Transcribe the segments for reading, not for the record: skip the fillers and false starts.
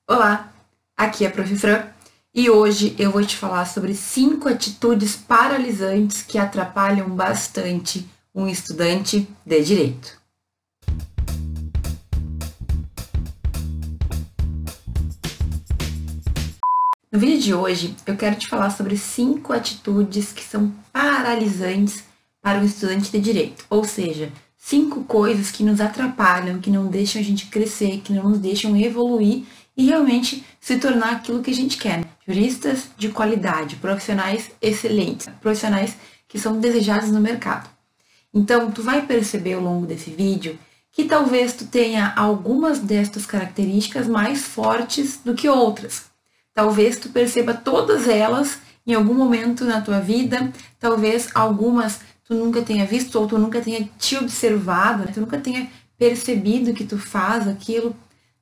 Olá, aqui é a Prof. Fran e hoje eu vou te falar sobre 5 atitudes paralisantes que atrapalham bastante um estudante de direito. No vídeo de hoje eu quero te falar sobre 5 atitudes que são paralisantes para um estudante de direito, ou seja, 5 coisas que nos atrapalham, que não deixam a gente crescer, que não nos deixam evoluir e realmente se tornar aquilo que a gente quer. Juristas de qualidade, profissionais excelentes, profissionais que são desejados no mercado. Então, tu vai perceber ao longo desse vídeo que talvez tu tenha algumas destas características mais fortes do que outras. Talvez tu perceba todas elas em algum momento na tua vida, talvez algumas tu nunca tenha visto ou tu nunca tenha te observado, né? Tu nunca tenha percebido que tu faz aquilo.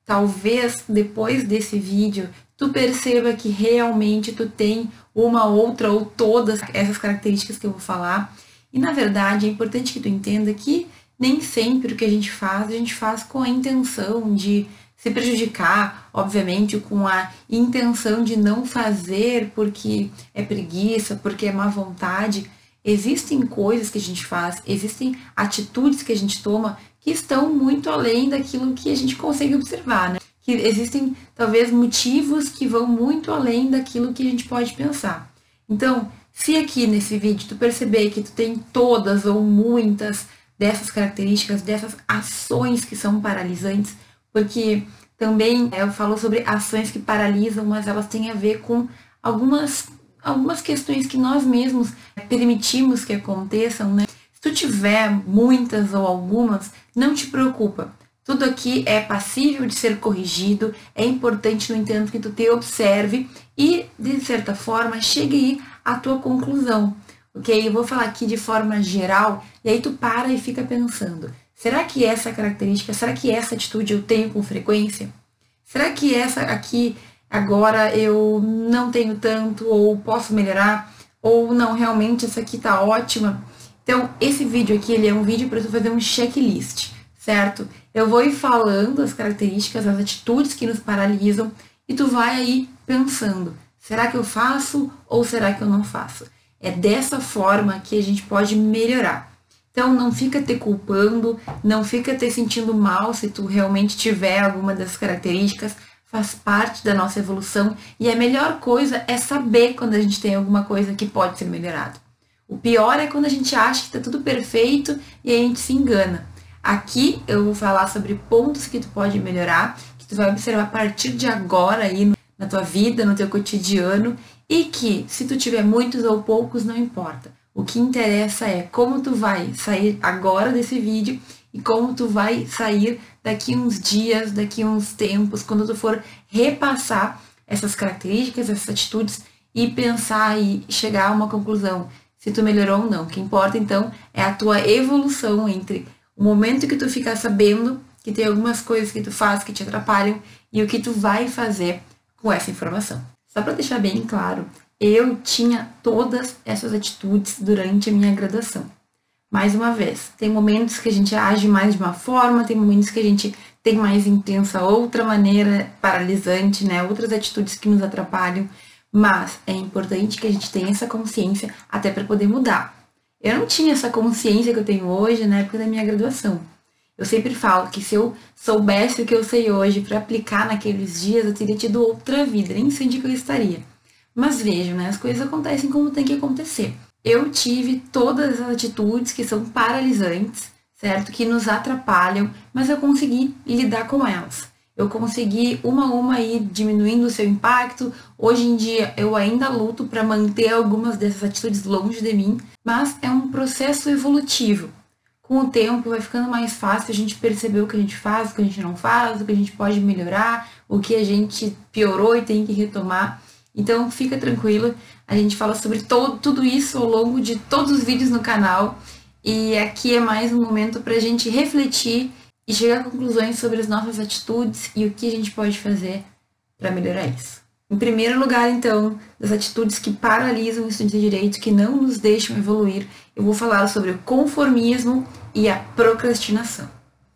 Talvez depois desse vídeo tu perceba que realmente tu tem uma outra ou todas essas características que eu vou falar. E na verdade é importante que tu entenda que nem sempre o que a gente faz com a intenção de se prejudicar, obviamente com a intenção de não fazer porque é preguiça, porque é má vontade. Existem coisas que a gente faz, existem atitudes que a gente toma que estão muito além daquilo que a gente consegue observar, né? Que existem, talvez, motivos que vão muito além daquilo que a gente pode pensar. Então, se aqui nesse vídeo tu perceber que tu tem todas ou muitas dessas características, dessas ações que são paralisantes, porque também eu falo sobre ações que paralisam, mas elas têm a ver com algumas questões que nós mesmos permitimos que aconteçam, né? Se tu tiver muitas ou algumas, não te preocupa. Tudo aqui é passível de ser corrigido, é importante, no entanto, que tu te observe e, de certa forma, chegue aí à tua conclusão, ok? Eu vou falar aqui de forma geral, e aí tu para e fica pensando, será que essa característica, será que essa atitude eu tenho com frequência? Será que essa aqui agora eu não tenho tanto, ou posso melhorar, ou não, realmente essa aqui tá ótima? Então, esse vídeo aqui, ele é um vídeo para tu fazer um checklist, certo? Eu vou ir falando as características, as atitudes que nos paralisam, e tu vai aí pensando, será que eu faço ou será que eu não faço? É dessa forma que a gente pode melhorar. Então, não fica te culpando, não fica te sentindo mal se tu realmente tiver alguma dessas características, faz parte da nossa evolução, e a melhor coisa é saber quando a gente tem alguma coisa que pode ser melhorado. O pior é quando a gente acha que está tudo perfeito e a gente se engana. Aqui eu vou falar sobre pontos que tu pode melhorar, que tu vai observar a partir de agora aí na tua vida, no teu cotidiano, e que se tu tiver muitos ou poucos, não importa. O que interessa é como tu vai sair agora desse vídeo e como tu vai sair daqui uns dias, daqui uns tempos, quando tu for repassar essas características, essas atitudes e pensar e chegar a uma conclusão, se tu melhorou ou não. O que importa, então, é a tua evolução entre o momento que tu ficar sabendo que tem algumas coisas que tu faz que te atrapalham e o que tu vai fazer com essa informação. Só para deixar bem claro, eu tinha todas essas atitudes durante a minha graduação. Mais uma vez, tem momentos que a gente age mais de uma forma, tem momentos que a gente tem mais intensa outra maneira, paralisante, né? Outras atitudes que nos atrapalham, mas é importante que a gente tenha essa consciência até para poder mudar. Eu não tinha essa consciência que eu tenho hoje na época da minha graduação. Eu sempre falo que se eu soubesse o que eu sei hoje para aplicar naqueles dias, eu teria tido outra vida, nem sei onde que eu estaria. Mas vejam, né? As coisas acontecem como tem que acontecer. Eu tive todas as atitudes que são paralisantes, certo? Que nos atrapalham, mas eu consegui lidar com elas. Eu consegui uma a uma ir diminuindo o seu impacto. Hoje em dia eu ainda luto para manter algumas dessas atitudes longe de mim, mas é um processo evolutivo. Com o tempo vai ficando mais fácil a gente perceber o que a gente faz, o que a gente não faz, o que a gente pode melhorar, o que a gente piorou e tem que retomar. Então fica tranquila, a gente fala sobre tudo isso ao longo de todos os vídeos no canal. E aqui é mais um momento para a gente refletir e chegar a conclusões sobre as nossas atitudes e o que a gente pode fazer para melhorar isso. Em primeiro lugar, então, das atitudes que paralisam o estudante de direito, que não nos deixam evoluir, eu vou falar sobre o conformismo e a procrastinação.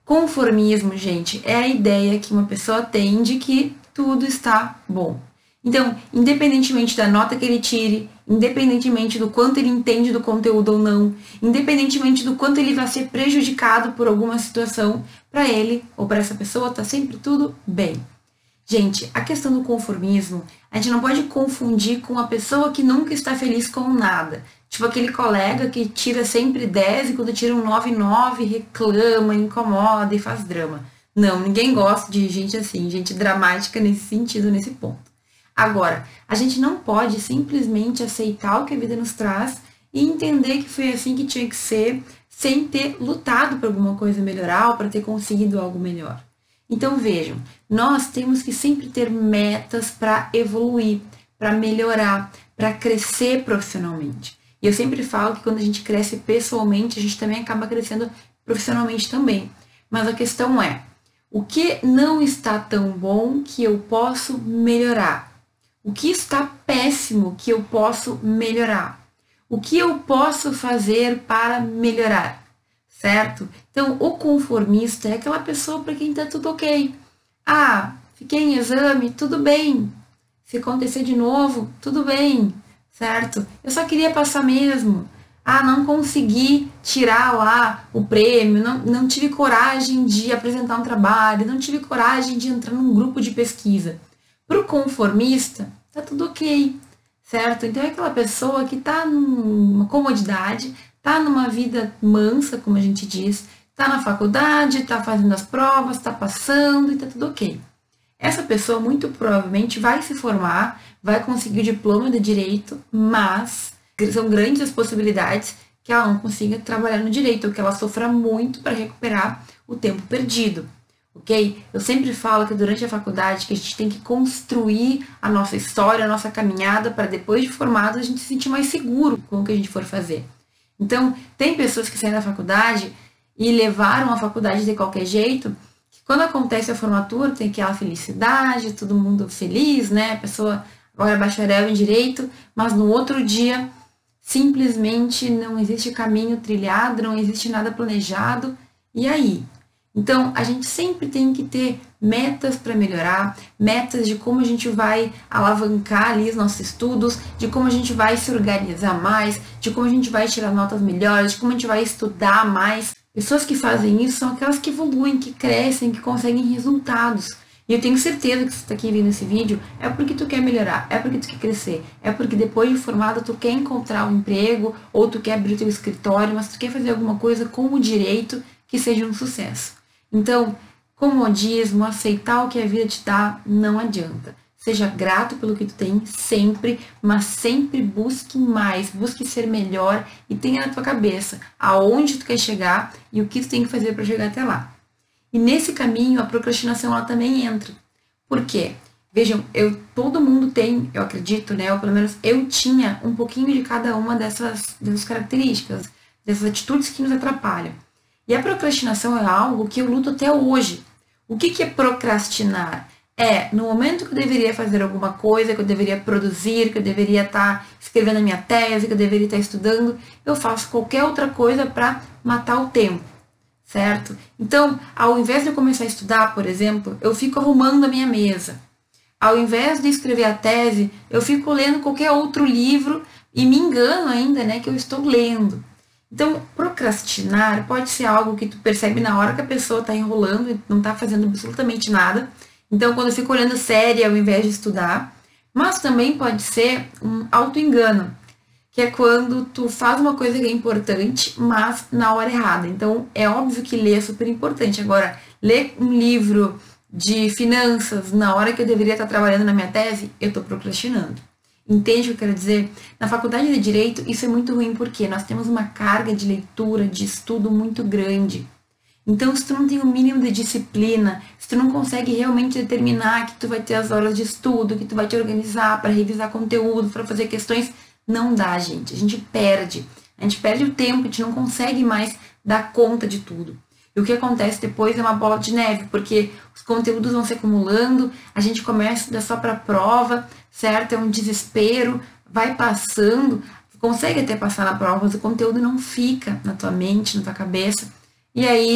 Conformismo, gente, é a ideia que uma pessoa tem de que tudo está bom. Então, independentemente da nota que ele tire, independentemente do quanto ele entende do conteúdo ou não, independentemente do quanto ele vai ser prejudicado por alguma situação, para ele ou para essa pessoa tá sempre tudo bem. Gente, a questão do conformismo, a gente não pode confundir com a pessoa que nunca está feliz com nada. Tipo aquele colega que tira sempre 10 e quando tira um 9,9 reclama, incomoda e faz drama. Não, ninguém gosta de gente assim, gente dramática nesse sentido, nesse ponto. Agora, a gente não pode simplesmente aceitar o que a vida nos traz e entender que foi assim que tinha que ser, sem ter lutado por alguma coisa melhorar ou para ter conseguido algo melhor. Então vejam, nós temos que sempre ter metas para evoluir, para melhorar, para crescer profissionalmente. E eu sempre falo que quando a gente cresce pessoalmente, a gente também acaba crescendo profissionalmente também. Mas a questão é, o que não está tão bom que eu posso melhorar? O que está péssimo que eu posso melhorar? O que eu posso fazer para melhorar? Certo? Então, o conformista é aquela pessoa para quem está tudo ok. Ah, fiquei em exame, tudo bem. Se acontecer de novo, tudo bem, certo? Eu só queria passar mesmo. Ah, não consegui tirar lá o prêmio, não tive coragem de apresentar um trabalho, não tive coragem de entrar num grupo de pesquisa. Para o conformista, tá tudo ok, certo? Então é aquela pessoa que está numa comodidade, tá numa vida mansa, como a gente diz, tá na faculdade, tá fazendo as provas, tá passando e tá tudo ok. Essa pessoa muito provavelmente vai se formar, vai conseguir o diploma de direito, mas são grandes as possibilidades que ela não consiga trabalhar no direito, ou que ela sofra muito para recuperar o tempo perdido. Ok? Eu sempre falo que durante a faculdade que a gente tem que construir a nossa história, a nossa caminhada, para depois de formado a gente se sentir mais seguro com o que a gente for fazer. Então, tem pessoas que saem da faculdade e levaram a faculdade de qualquer jeito, que quando acontece a formatura, tem aquela felicidade, todo mundo feliz, né? A pessoa agora é bacharel em direito, mas no outro dia, simplesmente não existe caminho trilhado, não existe nada planejado, e aí? Então, a gente sempre tem que ter metas para melhorar, metas de como a gente vai alavancar ali os nossos estudos, de como a gente vai se organizar mais, de como a gente vai tirar notas melhores, de como a gente vai estudar mais. Pessoas que fazem isso são aquelas que evoluem, que crescem, que conseguem resultados. E eu tenho certeza que você está aqui vendo esse vídeo é porque tu quer melhorar, é porque tu quer crescer, é porque depois de formado tu quer encontrar um emprego, ou tu quer abrir o teu escritório, mas tu quer fazer alguma coisa com o direito que seja um sucesso. Então, comodismo, aceitar o que a vida te dá, não adianta. Seja grato pelo que tu tem sempre, mas sempre busque mais, busque ser melhor e tenha na tua cabeça aonde tu quer chegar e o que tu tem que fazer para chegar até lá. E nesse caminho, a procrastinação ela também entra. Por quê? Vejam, todo mundo tem, eu acredito, né? Ou pelo menos eu tinha um pouquinho de cada uma dessas características, dessas atitudes que nos atrapalham. E a procrastinação é algo que eu luto até hoje. O que é procrastinar? É, no momento que eu deveria fazer alguma coisa, que eu deveria produzir, que eu deveria estar escrevendo a minha tese, que eu deveria estar estudando, eu faço qualquer outra coisa para matar o tempo, certo? Então, ao invés de eu começar a estudar, por exemplo, eu fico arrumando a minha mesa. Ao invés de escrever a tese, eu fico lendo qualquer outro livro e me engano ainda, né, que eu estou lendo. Então, procrastinar pode ser algo que tu percebe na hora que a pessoa está enrolando e não está fazendo absolutamente nada. Então, quando eu fico olhando série ao invés de estudar. Mas também pode ser um auto-engano, que é quando tu faz uma coisa que é importante, mas na hora errada. Então, é óbvio que ler é super importante. Agora, ler um livro de finanças na hora que eu deveria estar trabalhando na minha tese, eu estou procrastinando. Entende o que eu quero dizer? Na faculdade de Direito, isso é muito ruim porque nós temos uma carga de leitura, de estudo muito grande. Então, se tu não tem o mínimo de disciplina, se tu não consegue realmente determinar que tu vai ter as horas de estudo, que tu vai te organizar para revisar conteúdo, para fazer questões, não dá, gente. A gente perde. A gente perde o tempo, a gente não consegue mais dar conta de tudo. E o que acontece depois é uma bola de neve, porque os conteúdos vão se acumulando, a gente começa a estudar só para a prova, certo? É um desespero, vai passando, consegue até passar na prova, mas o conteúdo não fica na tua mente, na tua cabeça. E aí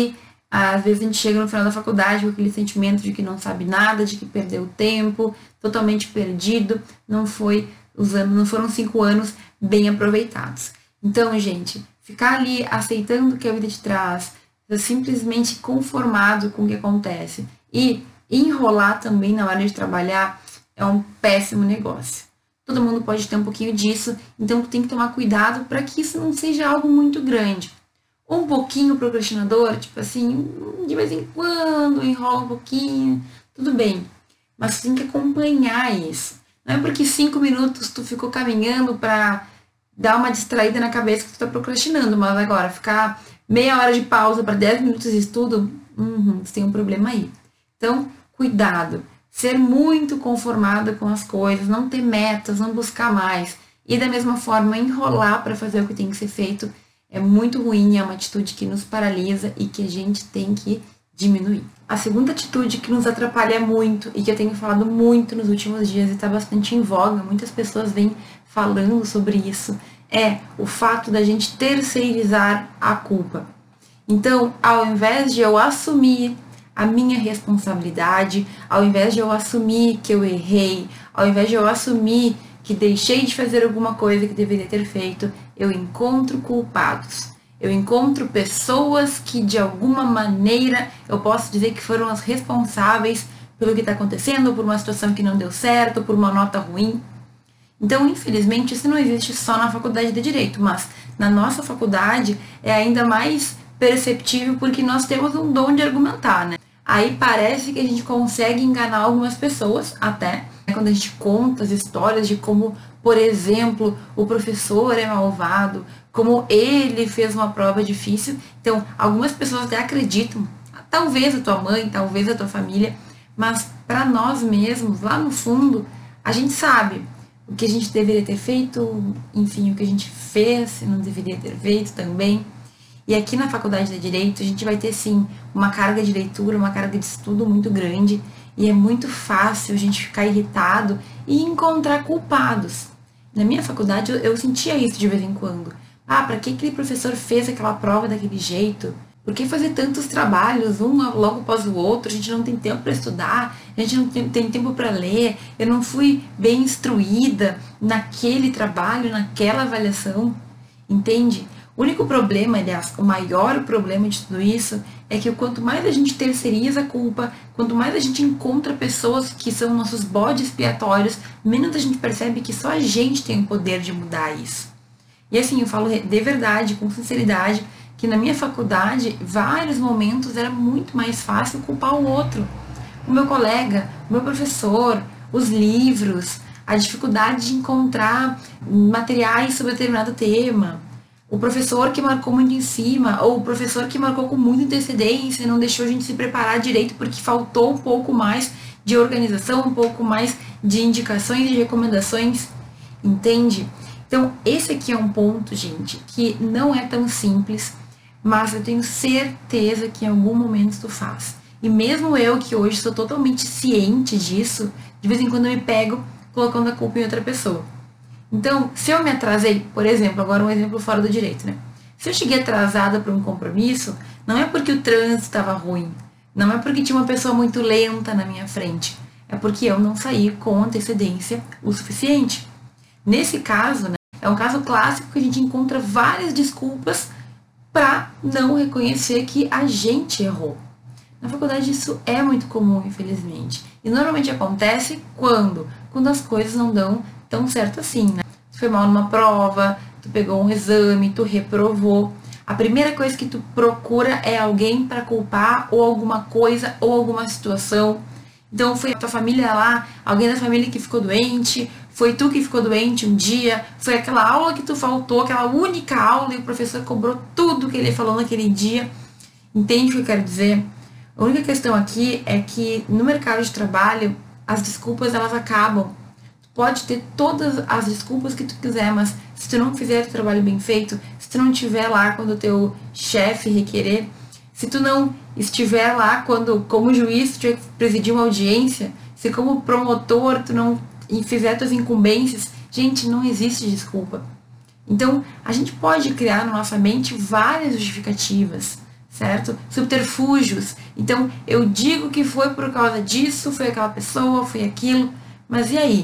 Às vezes a gente chega no final da faculdade com aquele sentimento de que não sabe nada, de que perdeu tempo, totalmente perdido, não foram 5 anos bem aproveitados. Então, gente, ficar ali aceitando o que a vida te traz, simplesmente conformado com o que acontece e enrolar também na hora de trabalhar é um péssimo negócio. Todo mundo pode ter um pouquinho disso, então tu tem que tomar cuidado para que isso não seja algo muito grande. Um pouquinho procrastinador, tipo assim, de vez em quando, enrola um pouquinho, tudo bem. Mas tu tem que acompanhar isso. Não é porque 5 minutos tu ficou caminhando para dar uma distraída na cabeça que tu tá procrastinando, mas agora ficar meia hora de pausa para 10 minutos de estudo, tu tem um problema aí. Então, cuidado. Ser muito conformado com as coisas, não ter metas, não buscar mais. E da mesma forma, enrolar para fazer o que tem que ser feito é muito ruim, é uma atitude que nos paralisa e que a gente tem que diminuir. A segunda atitude que nos atrapalha muito e que eu tenho falado muito nos últimos dias e está bastante em voga, muitas pessoas vêm falando sobre isso, é o fato da gente terceirizar a culpa. Então, ao invés de eu assumir a minha responsabilidade, ao invés de eu assumir que eu errei, ao invés de eu assumir que deixei de fazer alguma coisa que deveria ter feito, eu encontro culpados. Eu encontro pessoas que de alguma maneira eu posso dizer que foram as responsáveis pelo que está acontecendo, por uma situação que não deu certo, por uma nota ruim. Então, infelizmente, isso não existe só na faculdade de Direito, mas na nossa faculdade é ainda mais perceptível porque nós temos um dom de argumentar, né? Aí parece que a gente consegue enganar algumas pessoas, até quando a gente conta as histórias de como, por exemplo, o professor é malvado, como ele fez uma prova difícil. Então, algumas pessoas até acreditam, talvez a tua mãe, talvez a tua família, mas para nós mesmos, lá no fundo, a gente sabe o que a gente deveria ter feito, enfim, o que a gente fez e não deveria ter feito também. E aqui na Faculdade de Direito a gente vai ter, sim, uma carga de leitura, uma carga de estudo muito grande e é muito fácil a gente ficar irritado e encontrar culpados. Na minha faculdade eu sentia isso de vez em quando. Para que aquele professor fez aquela prova daquele jeito? Por que fazer tantos trabalhos, um logo após o outro? A gente não tem tempo para estudar, a gente não tem tempo para ler, eu não fui bem instruída naquele trabalho, naquela avaliação, entende? O único problema, aliás, o maior problema de tudo isso é que quanto mais a gente terceiriza a culpa, quanto mais a gente encontra pessoas que são nossos bodes expiatórios, menos a gente percebe que só a gente tem o poder de mudar isso. E assim, eu falo de verdade, com sinceridade, que na minha faculdade, vários momentos era muito mais fácil culpar o outro. O meu colega, o meu professor, os livros, a dificuldade de encontrar materiais sobre determinado tema, o professor que marcou muito em cima, ou o professor que marcou com muita antecedência e não deixou a gente se preparar direito porque faltou um pouco mais de organização, um pouco mais de indicações e recomendações, entende? Então, esse aqui é um ponto, gente, que não é tão simples, mas eu tenho certeza que em algum momento tu faz. E mesmo eu, que hoje sou totalmente ciente disso, de vez em quando eu me pego colocando a culpa em outra pessoa. Então, se eu me atrasei, por exemplo, agora um exemplo fora do direito, né? Se eu cheguei atrasada para um compromisso, não é porque o trânsito estava ruim, não é porque tinha uma pessoa muito lenta na minha frente, é porque eu não saí com antecedência o suficiente. Nesse caso, né, é um caso clássico que a gente encontra várias desculpas para não reconhecer que a gente errou. Na faculdade isso é muito comum, infelizmente. E normalmente acontece quando as coisas não dão tão certo assim, né? Tu foi mal numa prova, tu pegou um exame, tu reprovou. A primeira coisa que tu procura é alguém para culpar ou alguma coisa ou alguma situação. Então foi a tua família lá, alguém da família que ficou doente, foi tu que ficou doente um dia, foi aquela aula que tu faltou, aquela única aula e o professor cobrou tudo que ele falou naquele dia. Entende o que eu quero dizer? A única questão aqui é que no mercado de trabalho as desculpas elas acabam. Tu pode ter todas as desculpas que tu quiser, mas se tu não fizer o trabalho bem feito, se tu não estiver lá quando o teu chefe requerer, se tu não estiver lá quando, como juiz, tu tiver que presidir uma audiência, se como promotor tu não fizer tuas incumbências, gente, não existe desculpa. Então, a gente pode criar na nossa mente várias justificativas, certo? Subterfúgios. Então, eu digo que foi por causa disso, foi aquela pessoa, foi aquilo, mas e aí?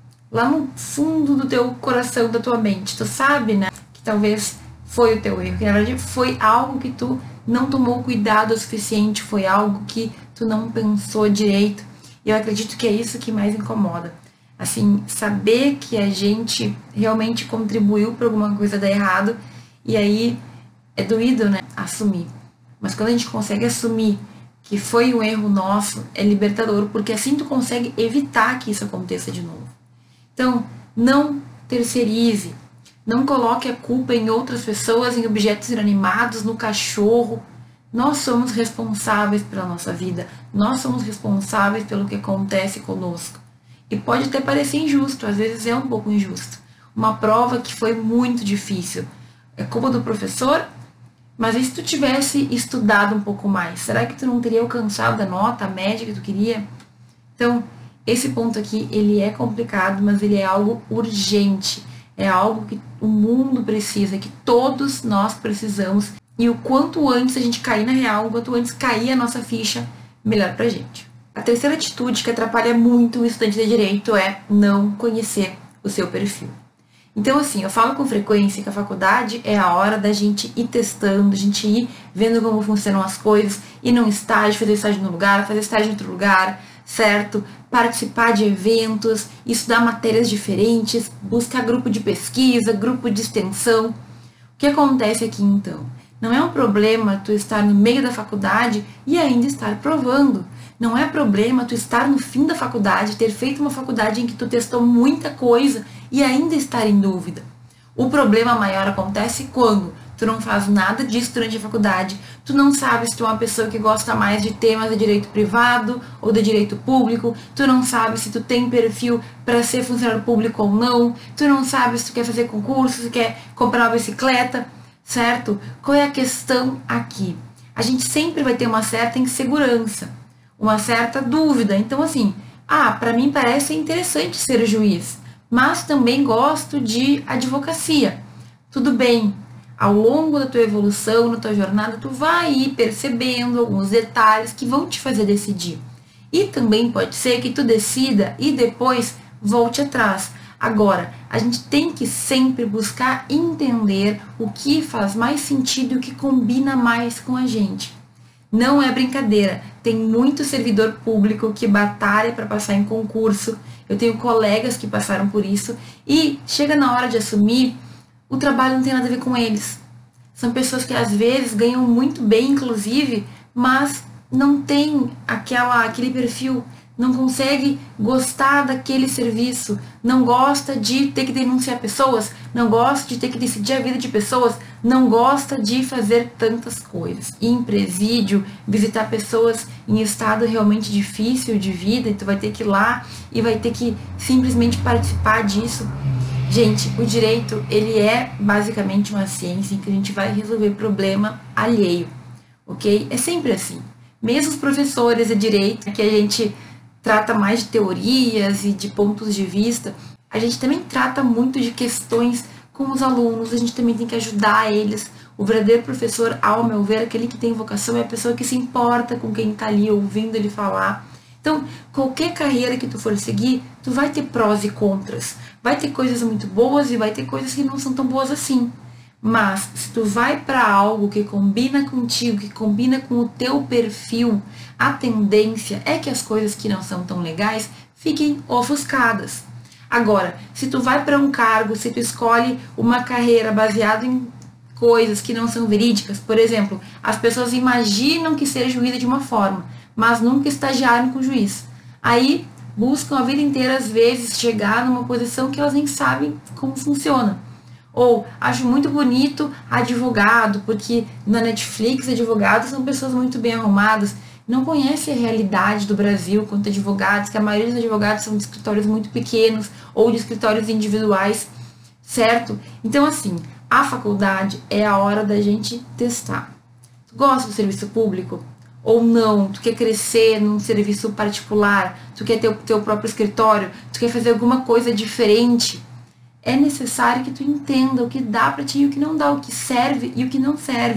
Lá no fundo do teu coração, da tua mente, tu sabe, né, que talvez foi o teu erro, que na verdade foi algo que tu não tomou cuidado o suficiente, foi algo que tu não pensou direito. E eu acredito que é isso que mais incomoda. Assim, saber que a gente realmente contribuiu para alguma coisa dar errado, e aí é doído, né, assumir. Mas quando a gente consegue assumir que foi um erro nosso, é libertador, porque assim tu consegue evitar que isso aconteça de novo. Então, não terceirize, não coloque a culpa em outras pessoas, em objetos inanimados, no cachorro. Nós somos responsáveis pela nossa vida, nós somos responsáveis pelo que acontece conosco. E pode até parecer injusto, às vezes é um pouco injusto. Uma prova que foi muito difícil. É culpa do professor? Mas e se tu tivesse estudado um pouco mais? Será que tu não teria alcançado a nota, a média que tu queria? Então, esse ponto aqui, ele é complicado, mas ele é algo urgente. É algo que o mundo precisa, que todos nós precisamos. E o quanto antes a gente cair na real, o quanto antes cair a nossa ficha, melhor pra gente. A terceira atitude que atrapalha muito o estudante de direito é não conhecer o seu perfil. Então, assim, eu falo com frequência que a faculdade é a hora da gente ir testando, a gente ir vendo como funcionam as coisas, ir num estágio, fazer estágio num lugar, fazer estágio em outro lugar, certo? Participar de eventos, estudar matérias diferentes, buscar grupo de pesquisa, grupo de extensão. O que acontece aqui, então? Não é um problema tu estar no meio da faculdade e ainda estar provando. Não é problema tu estar no fim da faculdade, ter feito uma faculdade em que tu testou muita coisa e ainda estar em dúvida. O problema maior acontece quando tu não faz nada disso durante a faculdade, tu não sabe se tu é uma pessoa que gosta mais de temas de direito privado ou de direito público, tu não sabe se tu tem perfil para ser funcionário público ou não, tu não sabe se tu quer fazer concurso, se quer comprar uma bicicleta, certo? Qual é a questão aqui? A gente sempre vai ter uma certa insegurança, uma certa dúvida. Então, assim, para mim parece interessante ser juiz, mas também gosto de advocacia. Tudo bem, ao longo da tua evolução, na tua jornada, tu vai ir percebendo alguns detalhes que vão te fazer decidir. E também pode ser que tu decida e depois volte atrás. Agora, a gente tem que sempre buscar entender o que faz mais sentido e o que combina mais com a gente. Não é brincadeira, tem muito servidor público que batalha para passar em concurso, eu tenho colegas que passaram por isso, e chega na hora de assumir, o trabalho não tem nada a ver com eles. São pessoas que às vezes ganham muito bem, inclusive, mas não tem aquele perfil, não consegue gostar daquele serviço, não gosta de ter que denunciar pessoas, não gosta de ter que decidir a vida de pessoas, não gosta de fazer tantas coisas. Ir em presídio, visitar pessoas em estado realmente difícil de vida, e tu vai ter que ir lá e vai ter que simplesmente participar disso. Gente, o direito, ele é basicamente uma ciência em que a gente vai resolver problema alheio, ok? É sempre assim. Mesmo os professores de direito, que a gente trata mais de teorias e de pontos de vista, a gente também trata muito de questões com os alunos, a gente também tem que ajudar eles. O verdadeiro professor, ao meu ver, aquele que tem vocação, é a pessoa que se importa com quem está ali ouvindo ele falar. Então, qualquer carreira que tu for seguir, tu vai ter prós e contras. Vai ter coisas muito boas e vai ter coisas que não são tão boas assim. Mas, se tu vai para algo que combina contigo, que combina com o teu perfil, a tendência é que as coisas que não são tão legais fiquem ofuscadas. Agora, se tu vai para um cargo, se tu escolhe uma carreira baseada em coisas que não são verídicas, por exemplo, as pessoas imaginam que ser juíza de uma forma, mas nunca estagiaram com juiz. Aí, buscam a vida inteira, às vezes, chegar numa posição que elas nem sabem como funciona. Ou, acho muito bonito advogado, porque na Netflix advogados são pessoas muito bem arrumadas, não conhece a realidade do Brasil quanto advogados, que a maioria dos advogados são de escritórios muito pequenos ou de escritórios individuais, certo? Então, assim, a faculdade é a hora da gente testar. Tu gosta do serviço público? Ou não? Tu quer crescer num serviço particular? Tu quer ter o teu próprio escritório? Tu quer fazer alguma coisa diferente? É necessário que tu entenda o que dá pra ti e o que não dá, o que serve e o que não serve.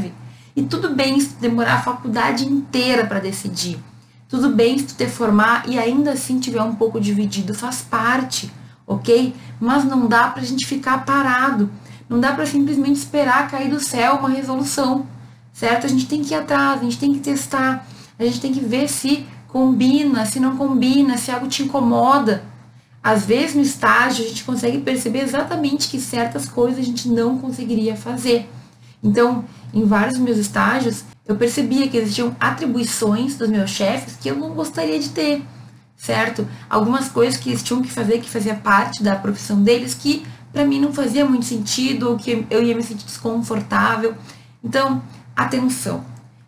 E tudo bem se tu demorar a faculdade inteira para decidir. Tudo bem se tu te formar e ainda assim tiver um pouco dividido, faz parte, ok? Mas não dá pra gente ficar parado. Não dá pra simplesmente esperar cair do céu uma resolução, certo? A gente tem que ir atrás, a gente tem que testar, a gente tem que ver se combina, se não combina, se algo te incomoda. Às vezes no estágio a gente consegue perceber exatamente que certas coisas a gente não conseguiria fazer. Então, em vários dos meus estágios, eu percebia que existiam atribuições dos meus chefes que eu não gostaria de ter, certo? Algumas coisas que eles tinham que fazer, que fazia parte da profissão deles, que para mim não fazia muito sentido, ou que eu ia me sentir desconfortável. Então, atenção.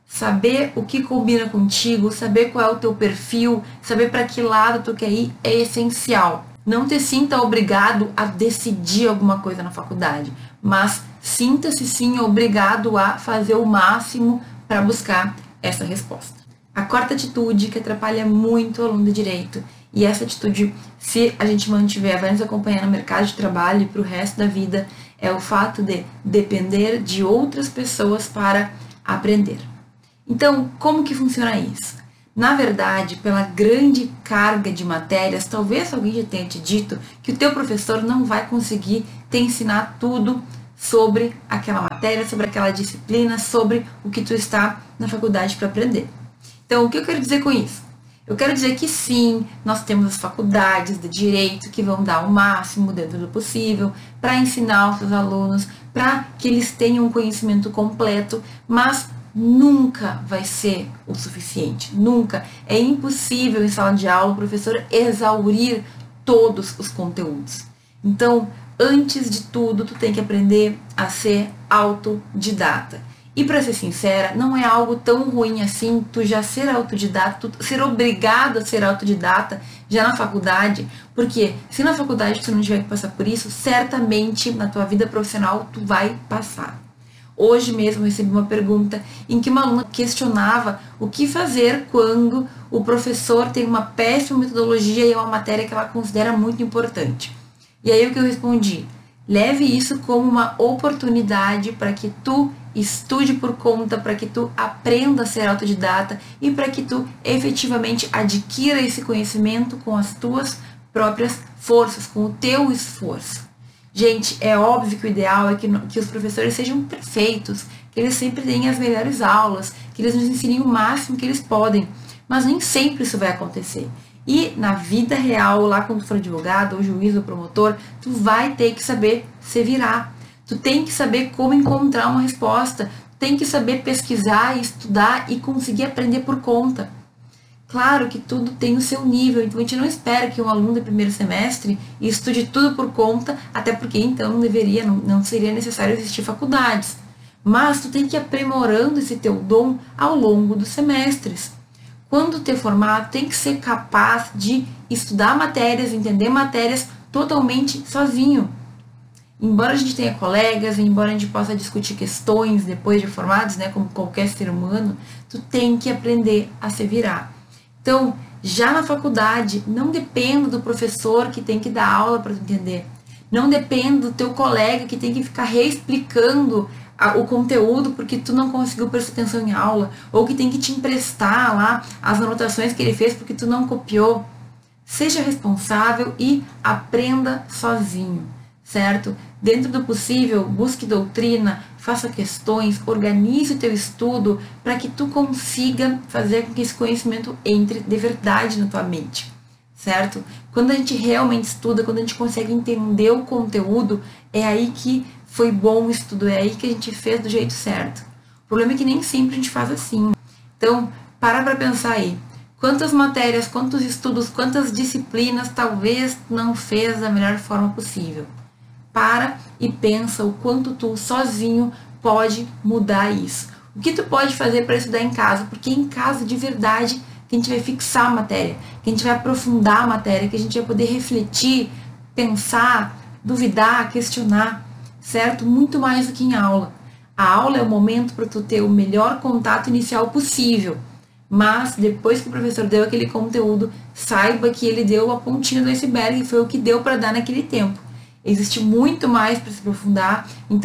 Saber o que combina contigo, saber qual é o teu perfil, saber para que lado tu quer ir é essencial. Não te sinta obrigado a decidir alguma coisa na faculdade, mas sinta-se sim obrigado a fazer o máximo para buscar essa resposta. A quarta atitude que atrapalha muito o aluno de direito, e essa atitude, se a gente mantiver, vai nos acompanhar no mercado de trabalho e para o resto da vida, é o fato de depender de outras pessoas para aprender. Então, como que funciona isso? Na verdade, pela grande carga de matérias, talvez alguém já tenha te dito que o teu professor não vai conseguir te ensinar tudo sobre aquela matéria, sobre aquela disciplina, sobre o que tu está na faculdade para aprender. Então, o que eu quero dizer com isso? Eu quero dizer que sim, nós temos as faculdades de direito que vão dar o máximo dentro do possível para ensinar os seus alunos, para que eles tenham um conhecimento completo, mas nunca vai ser o suficiente, nunca. É impossível em sala de aula o professor exaurir todos os conteúdos. Então, antes de tudo, tu tem que aprender a ser autodidata. E para ser sincera, não é algo tão ruim assim tu já ser autodidata, tu ser obrigado a ser autodidata já na faculdade, porque se na faculdade tu não tiver que passar por isso, certamente na tua vida profissional tu vai passar. Hoje mesmo eu recebi uma pergunta em que uma aluna questionava o que fazer quando o professor tem uma péssima metodologia e é uma matéria que ela considera muito importante. E aí o que eu respondi? Leve isso como uma oportunidade para que tu estude por conta, para que tu aprenda a ser autodidata e para que tu efetivamente adquira esse conhecimento com as tuas próprias forças, com o teu esforço. Gente, é óbvio que o ideal é que os professores sejam perfeitos, que eles sempre deem as melhores aulas, que eles nos ensinem o máximo que eles podem, mas nem sempre isso vai acontecer. E na vida real, lá quando tu for advogado, ou juiz, ou promotor, tu vai ter que saber se virar. Tu tem que saber como encontrar uma resposta, tu tem que saber pesquisar, estudar e conseguir aprender por conta. Claro que tudo tem o seu nível, então a gente não espera que um aluno de primeiro semestre estude tudo por conta, até porque então não seria necessário existir faculdades. Mas tu tem que ir aprimorando esse teu dom ao longo dos semestres. Quando te formar, tem que ser capaz de estudar matérias, entender matérias totalmente sozinho. Embora a gente tenha colegas, embora a gente possa discutir questões depois de formados, né, como qualquer ser humano, tu tem que aprender a se virar. Então, já na faculdade, não dependa do professor que tem que dar aula para tu entender. Não dependa do teu colega que tem que ficar reexplicando o conteúdo porque tu não conseguiu prestar atenção em aula, ou que tem que te emprestar lá as anotações que ele fez porque tu não copiou. Seja responsável e aprenda sozinho, certo? Dentro do possível, busque doutrina, faça questões, organize o teu estudo para que tu consiga fazer com que esse conhecimento entre de verdade na tua mente, certo? Quando a gente realmente estuda, quando a gente consegue entender o conteúdo, é aí que foi bom o estudo, é aí que a gente fez do jeito certo. O problema é que nem sempre a gente faz assim. Então, para pensar aí. Quantas matérias, quantos estudos, quantas disciplinas talvez não fez da melhor forma possível? Para e pensa o quanto tu sozinho pode mudar isso. O que tu pode fazer para estudar em casa? Porque em casa, de verdade, que a gente vai fixar a matéria, que a gente vai aprofundar a matéria, que a gente vai poder refletir, pensar, duvidar, questionar, certo? Muito mais do que em aula. A aula é o momento para tu ter o melhor contato inicial possível. Mas depois que o professor deu aquele conteúdo, saiba que ele deu a pontinha do iceberg e foi o que deu para dar naquele tempo. Existe muito mais para se aprofundar, então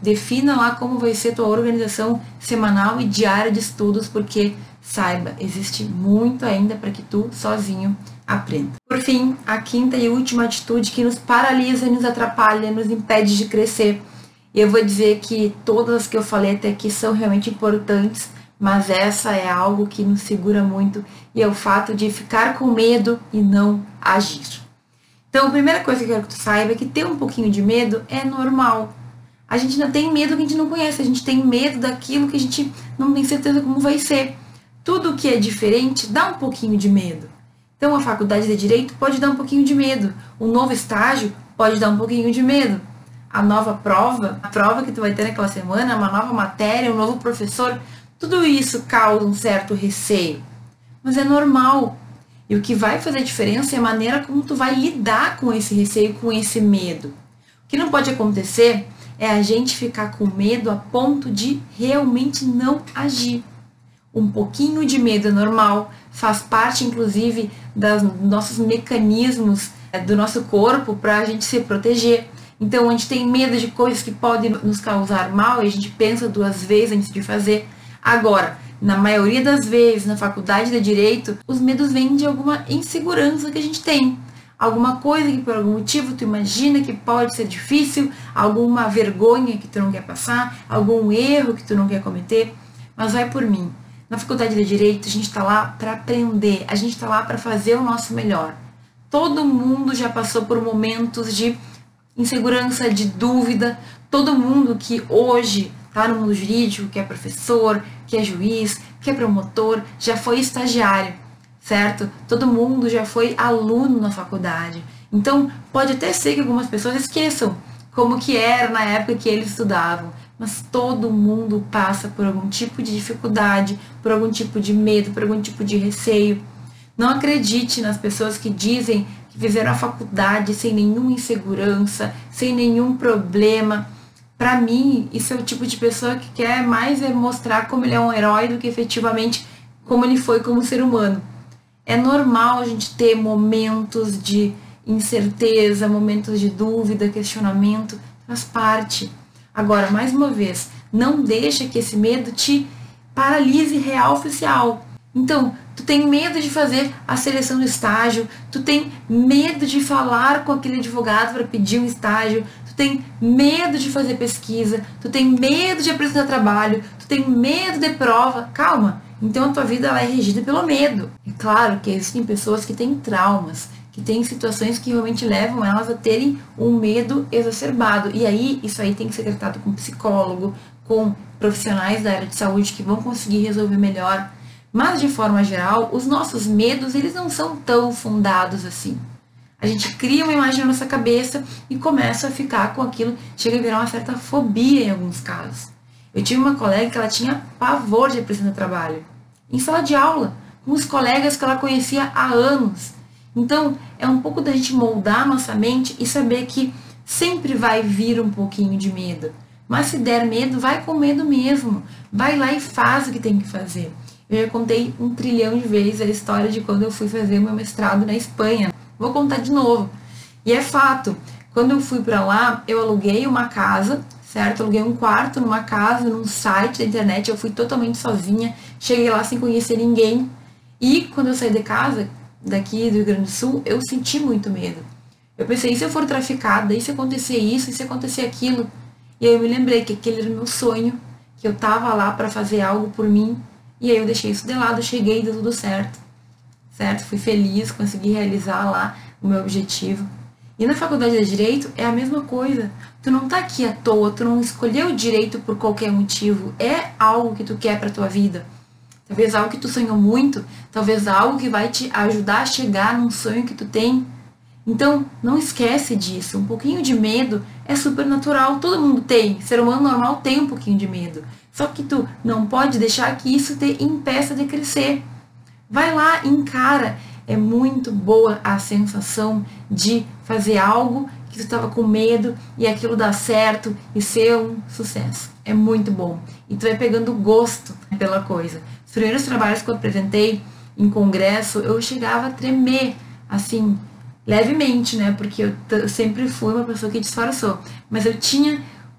defina lá como vai ser tua organização semanal e diária de estudos, porque saiba, existe muito ainda para que tu sozinho aprenda. Por fim, a quinta e última atitude que nos paralisa, nos atrapalha, nos impede de crescer. E eu vou dizer que todas as que eu falei até aqui são realmente importantes, mas essa é algo que nos segura muito, e é o fato de ficar com medo e não agir. Então, a primeira coisa que eu quero que tu saiba é que ter um pouquinho de medo é normal. A gente não tem medo que a gente não conhece, a gente tem medo daquilo que a gente não tem certeza como vai ser. Tudo que é diferente dá um pouquinho de medo. Então, a faculdade de Direito pode dar um pouquinho de medo. O novo estágio pode dar um pouquinho de medo. A nova prova, a prova que tu vai ter naquela semana, uma nova matéria, um novo professor, tudo isso causa um certo receio. Mas é normal. E o que vai fazer diferença é a maneira como tu vai lidar com esse receio, com esse medo. O que não pode acontecer é a gente ficar com medo a ponto de realmente não agir. Um pouquinho de medo é normal, faz parte inclusive dos nossos mecanismos do nosso corpo para a gente se proteger. Então, a gente tem medo de coisas que podem nos causar mal e a gente pensa 2 vezes antes de fazer. Agora, na maioria das vezes, na faculdade de Direito, os medos vêm de alguma insegurança que a gente tem. Alguma coisa que por algum motivo tu imagina que pode ser difícil, alguma vergonha que tu não quer passar, algum erro que tu não quer cometer. Mas vai por mim. Na faculdade de Direito, a gente está lá para aprender, a gente está lá para fazer o nosso melhor. Todo mundo já passou por momentos de insegurança, de dúvida. Todo mundo que hoje está no mundo jurídico, que é professor, que é juiz, que é promotor, já foi estagiário, certo? Todo mundo já foi aluno na faculdade. Então, pode até ser que algumas pessoas esqueçam como que era na época que eles estudavam, mas todo mundo passa por algum tipo de dificuldade, por algum tipo de medo, por algum tipo de receio. Não acredite nas pessoas que dizem que fizeram a faculdade sem nenhuma insegurança, sem nenhum problema. Para mim, isso é o tipo de pessoa que quer mais mostrar como ele é um herói do que efetivamente como ele foi como ser humano. É normal a gente ter momentos de incerteza, momentos de dúvida, questionamento, faz parte. Agora, mais uma vez, não deixa que esse medo te paralise real oficial. Então, tu tem medo de fazer a seleção do estágio, tu tem medo de falar com aquele advogado para pedir um estágio, tu tem medo de fazer pesquisa, tu tem medo de apresentar trabalho, tu tem medo de prova. Calma, então a tua vida ela é regida pelo medo. É claro que existem pessoas que têm traumas, que têm situações que realmente levam elas a terem um medo exacerbado. E aí, isso aí tem que ser tratado com psicólogo, com profissionais da área de saúde que vão conseguir resolver melhor. Mas, de forma geral, os nossos medos, eles não são tão fundados assim. A gente cria uma imagem na nossa cabeça e começa a ficar com aquilo, chega a virar uma certa fobia em alguns casos. Eu tive uma colega que ela tinha pavor de apresentar trabalho, em sala de aula, com os colegas que ela conhecia há anos. Então, é um pouco da gente moldar a nossa mente e saber que sempre vai vir um pouquinho de medo. Mas se der medo, vai com medo mesmo. Vai lá e faz o que tem que fazer. Eu já contei 1 trilhão de vezes a história de quando eu fui fazer o meu mestrado na Espanha. Vou contar de novo. E é fato, quando eu fui para lá, eu aluguei uma casa, certo? Eu aluguei um quarto numa casa, num site da internet. Eu fui totalmente sozinha, cheguei lá sem conhecer ninguém. E quando eu saí de casa, daqui do Rio Grande do Sul, eu senti muito medo. Eu pensei, e se eu for traficada? E se acontecer isso? E se acontecer aquilo? E aí eu me lembrei que aquele era o meu sonho, que eu tava lá para fazer algo por mim. E aí eu deixei isso de lado, cheguei e deu tudo certo. Certo? Fui feliz, consegui realizar lá o meu objetivo. E na faculdade de Direito é a mesma coisa. Tu não tá aqui à toa, tu não escolheu o direito por qualquer motivo. É algo que tu quer pra tua vida. Talvez algo que tu sonhou muito, talvez algo que vai te ajudar a chegar num sonho que tu tem. Então, não esquece disso. Um pouquinho de medo é super natural, todo mundo tem. Ser humano normal tem um pouquinho de medo. Só que tu não pode deixar que isso te impeça de crescer. Vai lá, encara. É muito boa a sensação de fazer algo que tu estava com medo e aquilo dar certo e ser um sucesso. É muito bom. E tu vai pegando gosto pela coisa. Os primeiros trabalhos que eu apresentei em congresso, eu chegava a tremer, assim, levemente, né? Porque eu sempre fui uma pessoa que disfarçou. Mas eu tinha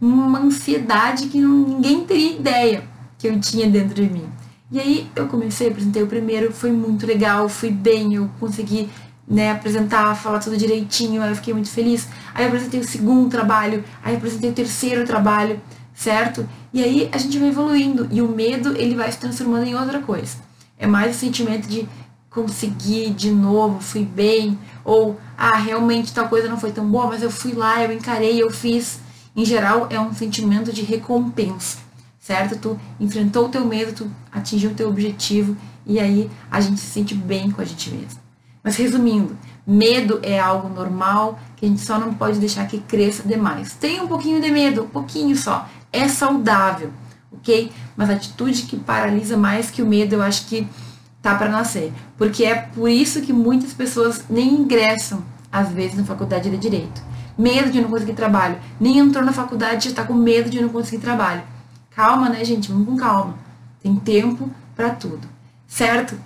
uma ansiedade que ninguém teria ideia que eu tinha dentro de mim. E aí eu comecei, apresentei o primeiro, foi muito legal, fui bem, eu consegui, né, apresentar, falar tudo direitinho, aí eu fiquei muito feliz. Aí eu apresentei o segundo trabalho, aí eu apresentei o terceiro trabalho, certo? E aí a gente vai evoluindo e o medo, ele vai se transformando em outra coisa. É mais o sentimento de conseguir de novo, fui bem, ou realmente tal coisa não foi tão boa, mas eu fui lá, eu encarei, eu fiz. Em geral, é um sentimento de recompensa, certo? Tu enfrentou o teu medo, tu atingiu o teu objetivo e aí a gente se sente bem com a gente mesmo. Mas resumindo, medo é algo normal que a gente só não pode deixar que cresça demais. Tem um pouquinho de medo, um pouquinho só. É saudável, ok? Mas a atitude que paralisa mais que o medo, eu acho que tá para nascer. Porque é por isso que muitas pessoas nem ingressam, às vezes, na faculdade de Direito. Medo de não conseguir trabalho. Nem entrou na faculdade e já tá com medo de não conseguir trabalho. Calma, né, gente? Vamos com calma. Tem tempo para tudo, certo?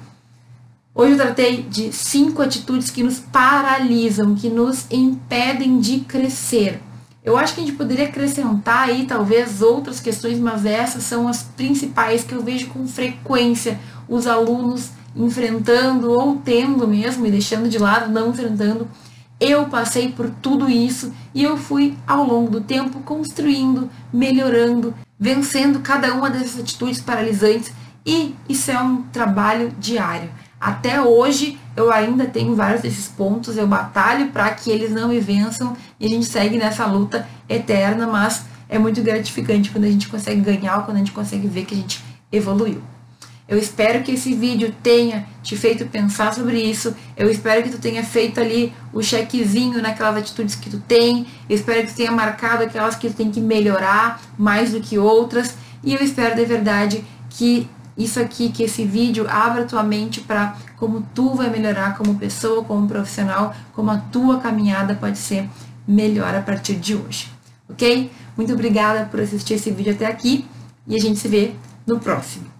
Hoje eu tratei de 5 atitudes que nos paralisam, que nos impedem de crescer. Eu acho que a gente poderia acrescentar aí talvez outras questões, mas essas são as principais que eu vejo com frequência os alunos enfrentando ou tendo mesmo e deixando de lado, não enfrentando. Eu passei por tudo isso e eu fui ao longo do tempo construindo, melhorando, vencendo cada uma dessas atitudes paralisantes e isso é um trabalho diário. Até hoje eu ainda tenho vários desses pontos, eu batalho para que eles não me vençam e a gente segue nessa luta eterna, mas é muito gratificante quando a gente consegue ganhar ou quando a gente consegue ver que a gente evoluiu. Eu espero que esse vídeo tenha te feito pensar sobre isso, eu espero que tu tenha feito ali o checkzinho naquelas atitudes que tu tem, eu espero que tu tenha marcado aquelas que tu tem que melhorar mais do que outras e eu espero de verdade que isso aqui, que esse vídeo abra tua mente para como tu vai melhorar como pessoa, como profissional, como a tua caminhada pode ser melhor a partir de hoje, ok? Muito obrigada por assistir esse vídeo até aqui e a gente se vê no próximo.